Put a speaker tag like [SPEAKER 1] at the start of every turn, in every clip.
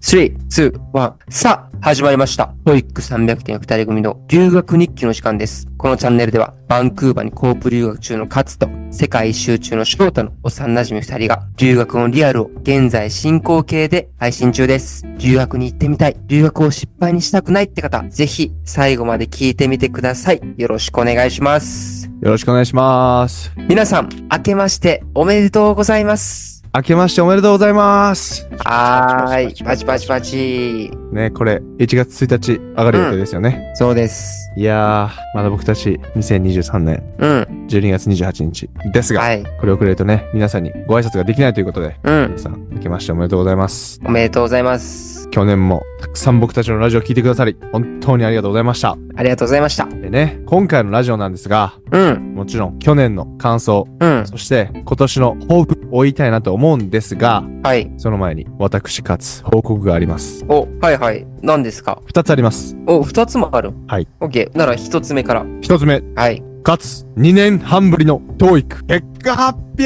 [SPEAKER 1] 3、2、1。さあ、始まりました。TOEIC300 点2人組の留学日記の時間です。このチャンネルでは、バンクーバーにコープ留学中の勝と、世界一周中の翔太の幼馴染2人が、留学のリアルを現在進行形で配信中です。留学に行ってみたい、留学を失敗にしたくないって方、ぜひ最後まで聞いてみてください。よろしくお願いします。
[SPEAKER 2] よろしくお願いします。
[SPEAKER 1] 皆さん、明けましておめでとうございます。
[SPEAKER 2] 明けましておめでとうございます。
[SPEAKER 1] はーい。パチパチパチ。
[SPEAKER 2] ね、これ、1月1日上がる予定ですよね。
[SPEAKER 1] そうです。
[SPEAKER 2] いやー、まだ僕たち2023年12月28日ですが、これをくれるとね、皆さんにご挨拶ができないということで、皆さん、明けましておめでとうございます。
[SPEAKER 1] おめでとうございます。
[SPEAKER 2] 去年もたくさん僕たちのラジオを聞いてくださり、本当にありがとうございました。
[SPEAKER 1] ありがとうございました。
[SPEAKER 2] でね、今回のラジオなんですが、もちろん去年の感想、そして今年の抱負を言いたいなと思うんですが、その前に私かつ報告があります。
[SPEAKER 1] はいはい。何ですか
[SPEAKER 2] ？2つあります。
[SPEAKER 1] 2つもある？
[SPEAKER 2] はい。
[SPEAKER 1] OK。なら1つ目から。
[SPEAKER 2] 1つ目。
[SPEAKER 1] はい。
[SPEAKER 2] かつ2年半ぶりの TOEIC 結果発表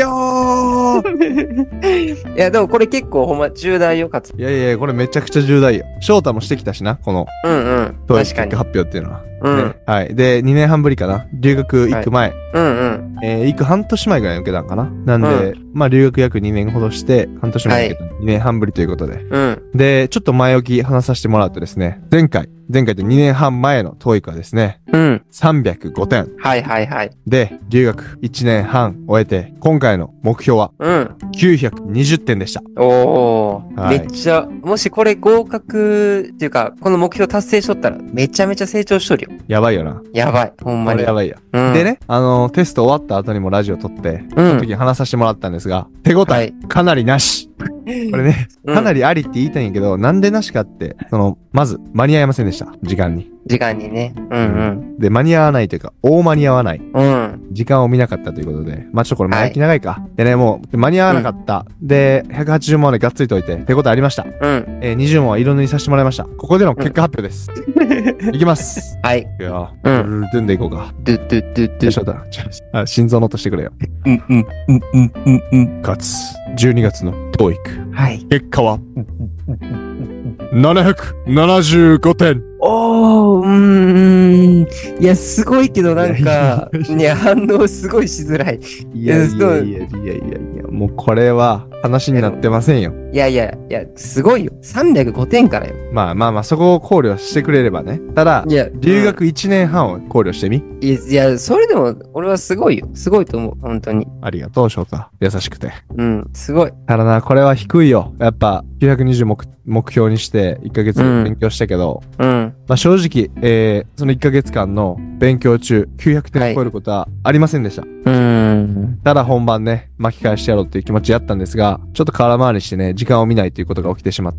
[SPEAKER 1] いや、でもこれ結構ほんま重大よ、かつ。
[SPEAKER 2] いや、これめちゃくちゃ重大よ。翔太もしてきたしな、この。TOEIC 結果発表っていうのは。ね、はい。で、2年半ぶりかな。留学行く前。行く半年前ぐらいに受けたんかな。なんで、まあ留学約2年ほどして、半年前に受けた2年半ぶりということで。で、ちょっと前置き話させてもらうとですね、前回と2年半前の TOEIC はですね、305点。
[SPEAKER 1] はい。
[SPEAKER 2] で、留学1年半終えて、今回の目標は、920点でした。
[SPEAKER 1] めっちゃ、もしこれ合格っていうか、この目標達成しとったら、めちゃめちゃ成長しとるよ。
[SPEAKER 2] やばいよな。
[SPEAKER 1] やばい。ほんまに。
[SPEAKER 2] これやばいよ。でね、テスト終わった後にもラジオ撮って、その時話させてもらったんですが、手応え、かなりなし。これね、かなりありって言いたいんやけど、なんでなしかって、まず、間に合いませんでした。時間にね。で、間に合わないというか、大間に合わない。時間を見なかったということで、まあ、ちょっとこれ前置き長いか。でね、もう、間に合わなかった。で、180問までがっつりといて、手応えありました。20問は色塗りさせてもらいました。ここでの結果発表です。いきます。
[SPEAKER 1] はい。
[SPEAKER 2] いくよ。ドゥンでいこうか。
[SPEAKER 1] ドゥ。
[SPEAKER 2] ちょっと、心臓の音してくれよ。かつ、12月の TOEIC。
[SPEAKER 1] はい。
[SPEAKER 2] 結果は、775点。
[SPEAKER 1] いや、すごいけどなんか、反応すごいしづらい。
[SPEAKER 2] いや、もうこれは話になってませんよ。
[SPEAKER 1] いや、すごいよ。305点からよ。
[SPEAKER 2] まあ、そこを考慮してくれればね。ただ、留学1年半を考慮してみ。
[SPEAKER 1] いや、それでも、俺はすごいよ。すごいと思う。本当に。
[SPEAKER 2] ありがとう、翔太。優しくて。
[SPEAKER 1] すごい。
[SPEAKER 2] ただな、これは低いよ。やっぱ、920目標にして1ヶ月勉強したけど、まあ正直、その1ヶ月間の勉強中、900点を超えることはありませんでした。ただ本番ね、巻き返してやろうっていう気持ちやったんですが、ちょっと空回りしてね、時間を見ないということが起きてしまって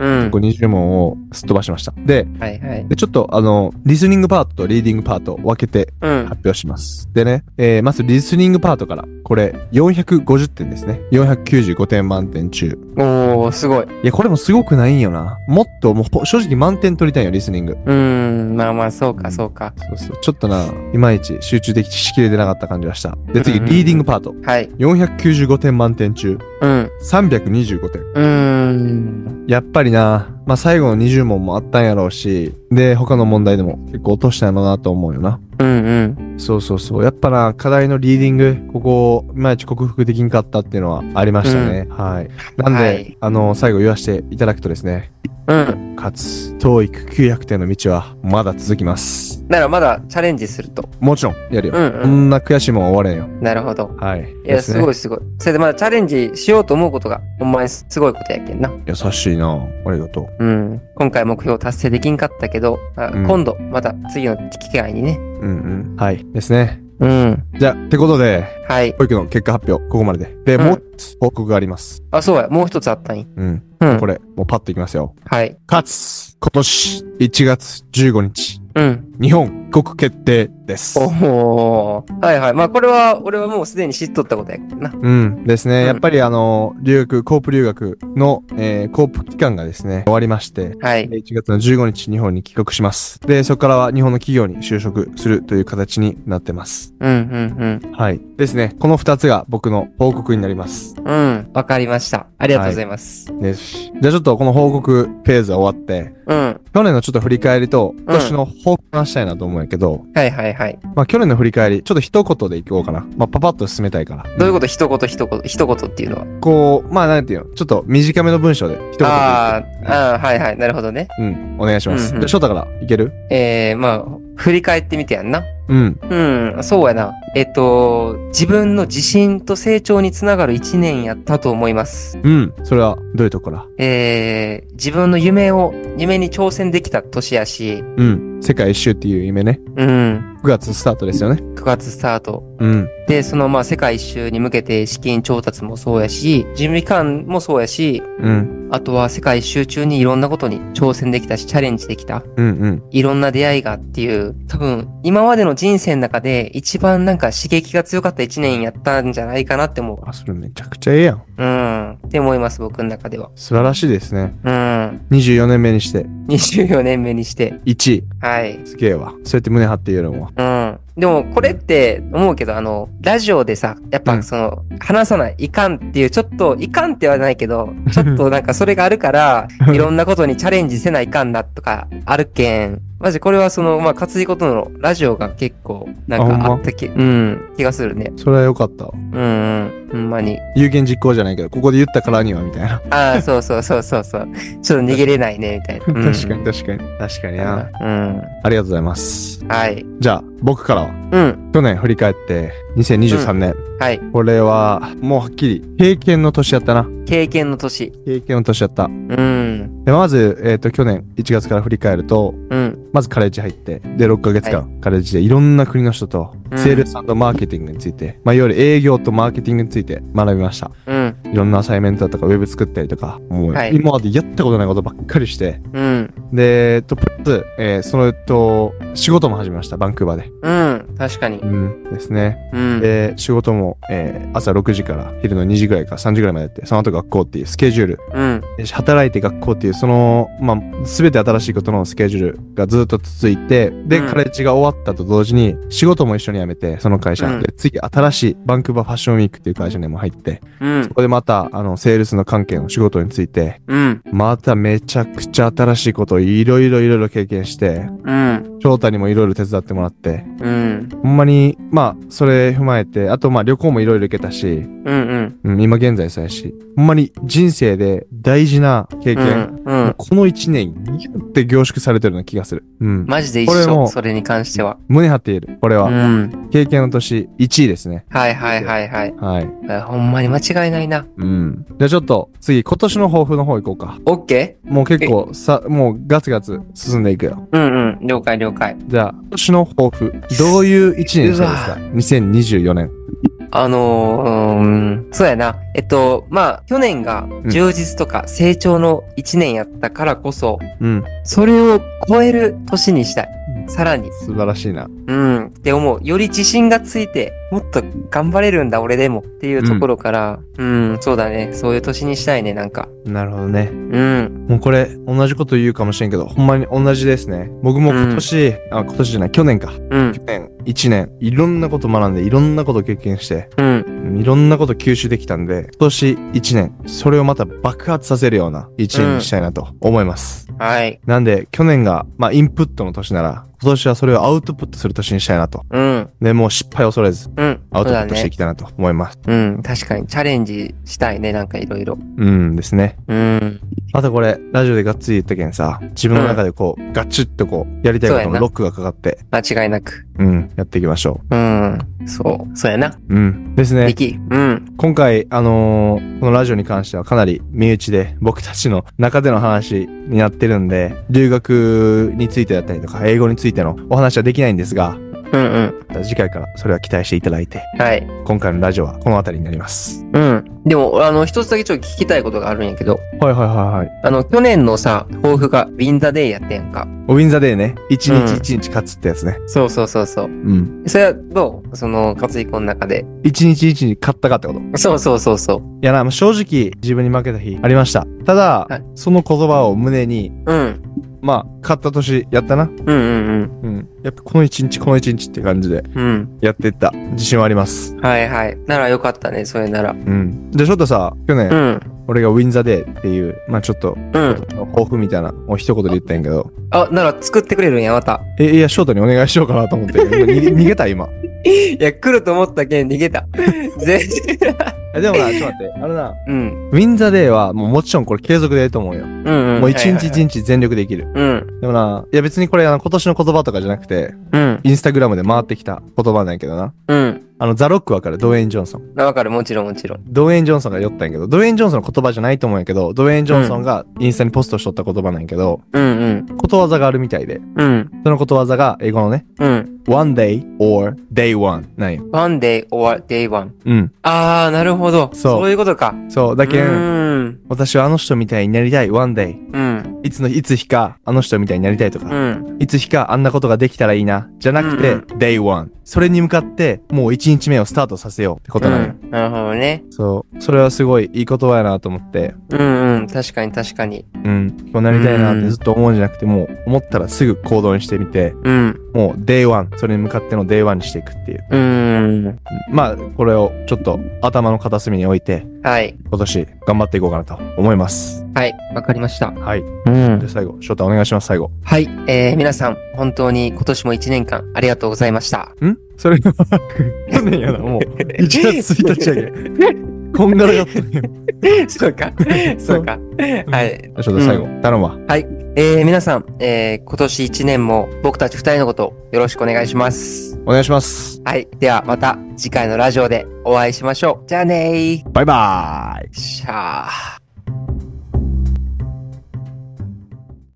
[SPEAKER 2] 、20問をすっ飛ばしました。で、ちょっとリスニングパートとリーディングパートを分けて発表します。でね、まずリスニングパートから、これ450点ですね。495点満点中。
[SPEAKER 1] すごい。
[SPEAKER 2] いや、これもすごくないんよな。もっと、もう正直満点取りたいよ、リスニング。
[SPEAKER 1] まあ、そうか。そう。
[SPEAKER 2] ちょっとな、いまいち集中できしきれてなかった感じがした。で、次、リーディングパート。495点満点中。325点。やっぱりな、まあ、最後の20問もあったんやろうし、で、他の問題でも結構落としたんやろうなと思うよな。そう。やっぱな、課題のリーディング、ここをいまいち克服できんかったっていうのはありましたね。はい。なんで、最後言わせていただくとですね。かつ、TOEIC900 点の道はまだ続きます。
[SPEAKER 1] ならまだチャレンジすると。
[SPEAKER 2] もちろん、やるよ。こんな悔しいもんは終われんよ。
[SPEAKER 1] なるほど。
[SPEAKER 2] はい。
[SPEAKER 1] いや、すごい。それでまだチャレンジしようと思うことが、ほんまにすごいことやけんな。
[SPEAKER 2] 優しいな。ありがとう。
[SPEAKER 1] 今回目標達成できんかったけど、今度、また次の機会にね。
[SPEAKER 2] はい。ですね。じゃあ、ってことで、TOEICの結果発表、ここまでで。で、もう一つ報告があります。
[SPEAKER 1] そうや、もう一つあったんや。
[SPEAKER 2] これ、もうパッといきますよ。
[SPEAKER 1] はい。
[SPEAKER 2] かつ、今年1月15日。
[SPEAKER 1] うん。
[SPEAKER 2] 日本国決定です。
[SPEAKER 1] おー。はいはい。まあこれは、俺はもうすでに知っとったことやけどな。
[SPEAKER 2] うんですね。やっぱりコープ留学の、コープ期間がですね、終わりまして、
[SPEAKER 1] はい。
[SPEAKER 2] 1月の15日日本に帰国します。で、そこからは日本の企業に就職するという形になってます。はい。ですね。この2つが僕の報告になります。
[SPEAKER 1] うん。わかりました。ありがとうございます。
[SPEAKER 2] はい、です。じゃあちょっとこの報告フェーズは終わって、去年のちょっと振り返りと、今年の報告話したいなと思うんやけど、
[SPEAKER 1] はいはいはい。
[SPEAKER 2] まあ去年の振り返り、ちょっと一言でいこうかな。まあパパッと進めたいから。
[SPEAKER 1] どういうこと？一言っていうのは。
[SPEAKER 2] こう、まあなんていうの、ちょっと短めの文章で一言で。
[SPEAKER 1] はいはい。なるほどね。
[SPEAKER 2] お願いします。じゃあ翔太からいける？
[SPEAKER 1] まあ、振り返ってみてやんな。そうやな。自分の自信と成長につながる一年やったと思います。
[SPEAKER 2] それはどういうところ？
[SPEAKER 1] 自分の夢に挑戦できた年やし。
[SPEAKER 2] 世界一周っていう夢ね。9月スタートですよね。
[SPEAKER 1] 9月スタート。で、まあ、世界一周に向けて資金調達もそうやし、準備期間もそうやし、あとは世界一周中にいろんなことに挑戦できたし、チャレンジできた。いろんな出会いがっていう、多分、今までの人生の中で一番なんか刺激が強かった一年やったんじゃないかなって思う。
[SPEAKER 2] それめちゃくちゃええや
[SPEAKER 1] ん。って思います、僕の中では。
[SPEAKER 2] 素晴らしいですね。24年目にして。
[SPEAKER 1] 24年目にして。
[SPEAKER 2] 1位。
[SPEAKER 1] はい。
[SPEAKER 2] すげえわ。そうやって胸張って言えるのは。
[SPEAKER 1] でも、これって思うけど、ラジオでさ、やっぱ話さないかんっていう、ちょっと、いかんってはないけど、ちょっとなんかそれがあるから、いろんなことにチャレンジせないかんなとか、あるけん。マジこれはまあ、活字ことのラジオが結構、なんかあった気がするね。
[SPEAKER 2] それはよかった。
[SPEAKER 1] ほんまに。
[SPEAKER 2] 有言実行じゃないけど、ここで言ったからには、みたいな。
[SPEAKER 1] そう。ちょっと逃げれないね、みたいな。
[SPEAKER 2] 確かにな。ありがとうございます。
[SPEAKER 1] はい。
[SPEAKER 2] じゃあ、僕からは。去年振り返って、2023年。はい。これは、もうはっきり、経験の年やったな。
[SPEAKER 1] 経験の年
[SPEAKER 2] やった。で、まず、去年1月から振り返ると、まずカレッジ入って、で、6ヶ月間、カレッジでいろんな国の人と、セールス&マーケティングについて、まあ、いわゆる営業とマーケティングについて学びました。いろんなアサイメントだとか、ウェブ作ったりとか、もう、今までやったことないことばっかりして、で、プラス、仕事も始めました、バンクーバーで。
[SPEAKER 1] 確かに。
[SPEAKER 2] ですね。で、仕事も、朝6時から昼の2時ぐらいから3時ぐらいまでやって、その後学校っていうスケジュール。働いて学校っていう、まあ、すべて新しいことのスケジュールがずっと続いて、で、カレッジが終わったと同時に、仕事も一緒に辞めて、その会社。で、次、新しいバンクーバーファッションウィークっていう会社にも入って、そこでまた、セールスの関係の仕事について、まためちゃくちゃ新しいことをいろいろ経験して、翔太にもいろいろ手伝ってもらって、ほんまに、まあ、それ踏まえて、あと、まあ、旅行もいろいろ行けたし、今現在さやし、ほんまに人生で大事な経験、この1年、ギュって凝縮されてるような気がする。
[SPEAKER 1] マジで一緒、それに関しては。
[SPEAKER 2] 胸張って言える、これは。経験の年、1位ですね。
[SPEAKER 1] はい。ほんまに間違いないな。
[SPEAKER 2] じゃあちょっと、次、今年の抱負の方行こうか。
[SPEAKER 1] オッケ
[SPEAKER 2] ー？もう結構、もうガツガツ進んでいくよ。
[SPEAKER 1] 了解。
[SPEAKER 2] じゃあ、今年の抱負、どういう1年したいですか？ 2024 年。
[SPEAKER 1] そうやな。まあ、去年が充実とか成長の一年やったからこそ、それを超える年にしたい。さらに。
[SPEAKER 2] 素晴らしいな。
[SPEAKER 1] って思う。より自信がついて、もっと頑張れるんだ、俺でも。っていうところから、そうだね。そういう年にしたいね、なんか。
[SPEAKER 2] なるほどね。もうこれ、同じこと言うかもしれんけど、ほんまに同じですね。僕も今年じゃない、去年か。去年、1年、いろんなこと学んで、いろんなこと経験して、いろんなこと吸収できたんで、今年1年、それをまた爆発させるような1年にしたいなと思います。
[SPEAKER 1] はい。
[SPEAKER 2] なんで、去年が、まあ、インプットの年なら、今年はそれをアウトプットする年にしたいなと。で、もう失敗を恐れず、アウトプットしていきたいなと思います。
[SPEAKER 1] 確かに、チャレンジしたいね、なんかいろいろ。
[SPEAKER 2] ですね。またこれ、ラジオでがっつり言ったけんさ、自分の中でこう、ガチッとこう、やりたいことのロックがかかって。
[SPEAKER 1] 間違いなく。
[SPEAKER 2] やっていきましょう。
[SPEAKER 1] そうやな。
[SPEAKER 2] ですね。今回、このラジオに関してはかなり身内で、僕たちの中での話になってるんで、留学についてだったりとか、英語についてのお話はできないんですが、
[SPEAKER 1] うんうん。
[SPEAKER 2] 次回からそれは期待していただいて。
[SPEAKER 1] はい。
[SPEAKER 2] 今回のラジオはこの辺りになります。
[SPEAKER 1] うん。でも、一つだけちょっと聞きたいことがあるんやけど。
[SPEAKER 2] はいはいはいはい。
[SPEAKER 1] 去年のさ、抱負がウィンザデーやってんか。
[SPEAKER 2] ウィンザデーね。一日一日勝つってやつね。
[SPEAKER 1] そうそうそうそう。うん。それはどう勝彦の中で。
[SPEAKER 2] 一日一日勝ったかってこと？
[SPEAKER 1] そうそうそうそう。
[SPEAKER 2] いやな、正直自分に負けた日ありました。ただ、はい、その言葉を胸に、うん。まあ、勝った年やったな。うんうんうん。うん。やっぱこの一日って感じで、うん。やっていった。自信はあります。
[SPEAKER 1] はいはい。ならよかったね、それなら。う
[SPEAKER 2] ん。じゃあちょっとさ、去年、うん。俺がウィンザデーっていう、まあちょっと、抱負みたいなを一言で言ったんやけど。
[SPEAKER 1] なら作ってくれるんや、また。
[SPEAKER 2] いや、ショートにお願いしようかなと思って。逃げた今。
[SPEAKER 1] いや、来ると思ったけん逃げた。全然。
[SPEAKER 2] でもな、ちょっと待って。うん。ウィンザデーは、もちろんこれ継続でいいと思うよ。うんうん。もう一日一日全力できる。うん。でもな、いや別にこれ今年の言葉とかじゃなくて、うん。インスタグラムで回ってきた言葉なんやけどな。うん。ザ・ロックわかる？ドウェイン・ジョンソン。
[SPEAKER 1] わかる、もちろんもちろん。
[SPEAKER 2] ドウェイン・ジョンソンが言ったんやけど、ドウェイン・ジョンソンの言葉じゃないと思うんやけど、ドウェイン・ジョンソンがインスタにポストしとった言葉なんやけど、うんうん。ことわざがあるみたいで、うん。そのことわざが英語のね、うん。one day or day one なんよ。
[SPEAKER 1] one day or day one。うん。あー、なるほど。そういうことか。
[SPEAKER 2] そう。だけん、私はあの人みたいになりたい、one day。うん。いつ日か、あの人みたいになりたいとか、うん。いつ日か、あんなことができたらいいな、じゃなくて、day one。それに向かって、もう1日目をスタートさせようってことなのよ。
[SPEAKER 1] なるほどね。
[SPEAKER 2] そう。それはすごいいい言葉やなと思って。
[SPEAKER 1] うんうん。確かに確かに。
[SPEAKER 2] うん。こうなりたいなってずっと思うんじゃなくて、もう思ったらすぐ行動にしてみて、うん。もう day one。それに向かっての day one にしていくっていう。まあ、これをちょっと頭の片隅に置いて、はい。今年頑張っていこうかなと思います。
[SPEAKER 1] はい。わかりました。
[SPEAKER 2] はい。うん。で、最後、翔太お願いします、最後。
[SPEAKER 1] はい。皆さん、本当に今年も1年間ありがとうございました。
[SPEAKER 2] それは、去年やな、もう、1月1日やけ。こんがらがったね。
[SPEAKER 1] そうか。そうか。はい。
[SPEAKER 2] 翔太最後、頼むわ。
[SPEAKER 1] はい。皆さん、今年1年も僕たち2人のことよろしくお願いします。
[SPEAKER 2] お願いします。
[SPEAKER 1] はい。ではまた次回のラジオでお会いしましょう。じゃあねー。
[SPEAKER 2] バイバーイ。
[SPEAKER 1] しゃー。